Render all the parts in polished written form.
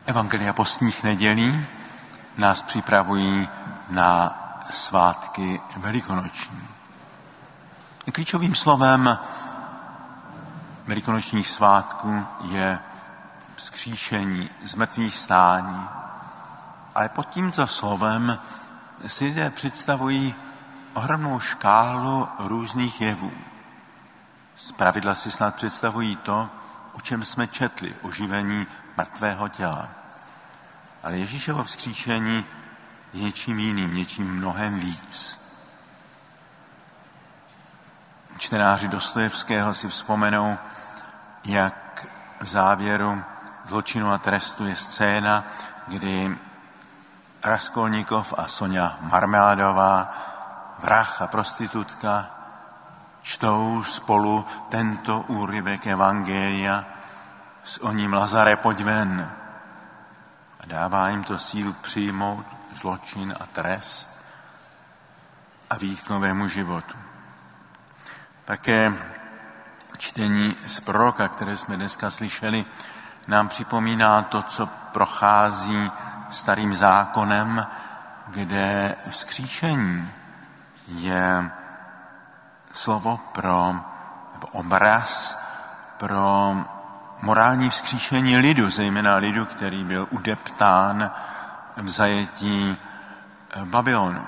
Evangelia postních nedělí nás připravují na svátky velikonoční. Klíčovým slovem velikonočních svátků je vzkříšení, zmrtvýchvstání. Ale pod tímto slovem si lidé představují ohromnou škálu různých jevů. Zpravidla si snad představují to, o čem jsme četli, oživení mrtvého těla. Ale Ježíšovo vzkříšení je něčím jiným, něčím mnohem víc. Čtenáři Dostojevského si vzpomenou, jak v závěru Zločinu a trestu je scéna, kdy Raskolnikov a Soňa Marmeládová, vrah a prostitutka, čtou spolu tento úryvek evangelia s oním Lazare, pojď ven. A dává jim to sílu přijmout zločin a trest a vyjít k novému životu. Také čtení z proroka, které jsme dneska slyšeli, nám připomíná to, co prochází starým zákonem, kde vzkříšení je slovo nebo obraz pro morální vzkříšení lidu, zejména lidu, který byl udeptán v zajetí Babylonu.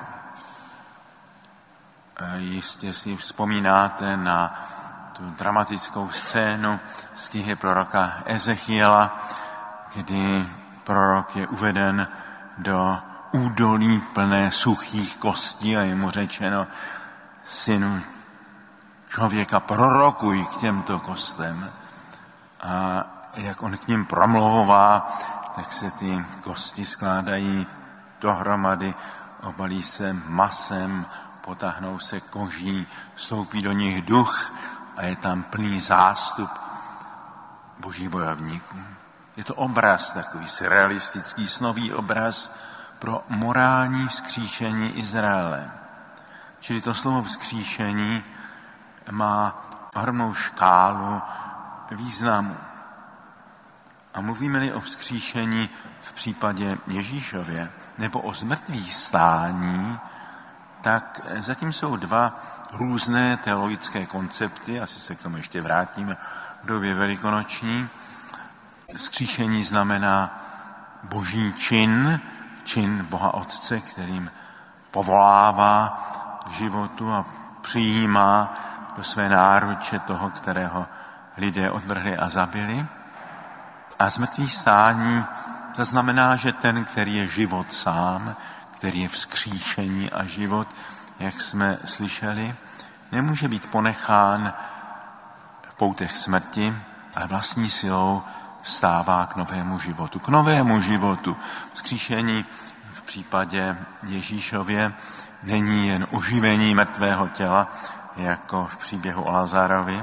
Jistě si vzpomínáte na tu dramatickou scénu z knihy proroka Ezechiela, kdy prorok je uveden do údolí plné suchých kostí a je mu řečeno: synu člověka, prorokuj k těmto kostem. A jak on k ním promlouvá, tak se ty kosti skládají dohromady, obalí se masem, potáhnou se koží, vstoupí do nich duch a je tam plný zástup božích bojovníků. Je to obraz, takový surrealistický, snový obraz pro morální vzkříšení Izraele. Čili to slovo vzkříšení má ohromnou škálu významu. A mluvíme-li o vzkříšení v případě Ježíšově nebo o zmrtvýchvstání, tak zatím jsou dva různé teologické koncepty, asi se k tomu ještě vrátíme v době velikonoční. Vzkříšení znamená boží čin Boha Otce, kterým povolává k životu a přijímá do své náruče toho, kterého lidé odvrhli a zabili. A zmrtvýchvstání to znamená, že ten, který je život sám, který je vzkříšení a život, jak jsme slyšeli, nemůže být ponechán v poutech smrti, ale vlastní silou vstává k novému životu. K novému životu. Vzkříšení v případě Ježíšově není jen oživení mrtvého těla, jako v příběhu o Lazarovi,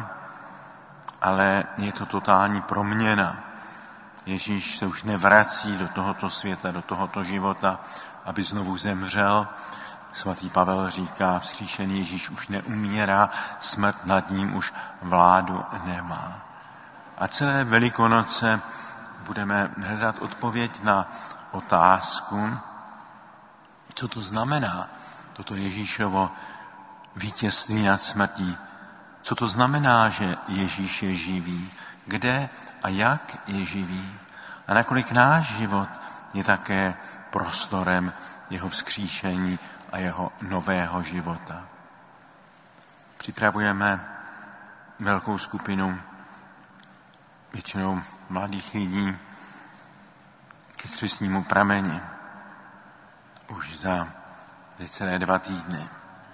ale je to totální proměna. Ježíš se už nevrací do tohoto světa, do tohoto života, aby znovu zemřel. Svatý Pavel říká, vzkříšený Ježíš už neumírá, smrt nad ním už vládu nemá. A celé Velikonoce budeme hledat odpověď na otázku, co to znamená, toto Ježíšovo vítězství nad smrtí. Co to znamená, že Ježíš je živý? Kde a jak je živý? A nakolik náš život je také prostorem jeho vzkříšení a jeho nového života. Připravujeme velkou skupinu, většinou mladých lidí, ke křestnímu prameni. Už za celé 2 týdny.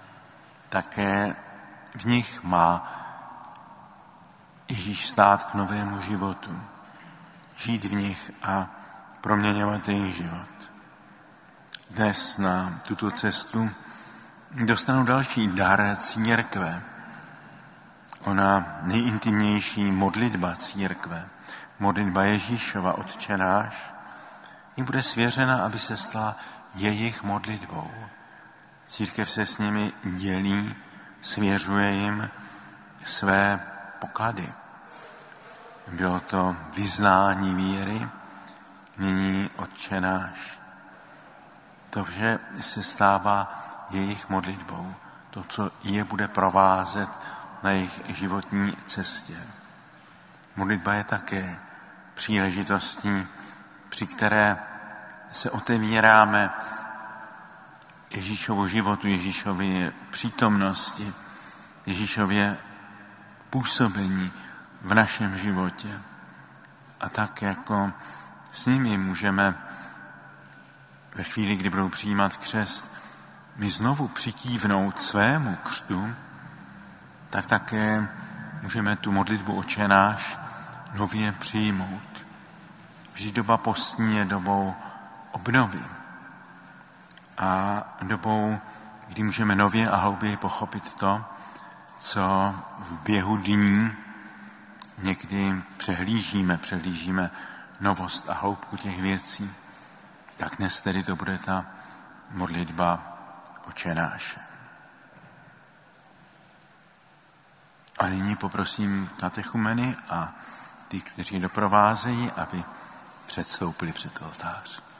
Také v nich má Ježíš vstát k novému životu. Žít v nich a proměňovat jejich život. Dnes na tuto cestu dostanou další dar církve. Ona nejintimnější modlitba církve, modlitba Ježíšova Otče náš, jim bude svěřena, aby se stala jejich modlitbou. Církev se s nimi dělí, svěřuje jim své poklady. Bylo to vyznání víry, nyní modlitby Otče náš. To vše se stává jejich modlitbou, to, co je bude provázet na jejich životní cestě. Modlitba je také příležitostí, při které se otevíráme Ježíšovu životu, Ježíšově přítomnosti, Ježíšově působení v našem životě. A tak jako s nimi můžeme ve chvíli, kdy budou přijímat křest, my znovu přikývnout svému křtu, tak také můžeme tu modlitbu Otče náš nově přijmout. Vždyť doba postní je dobou obnovy a dobou, kdy můžeme nově a hlouběji pochopit to, co v běhu dní někdy přehlížíme novost a hloubku těch věcí. Tak dnes tedy to bude ta modlitba Otče náš. A nyní poprosím katechumeny a ty, kteří doprovázejí, aby předstoupili před oltář.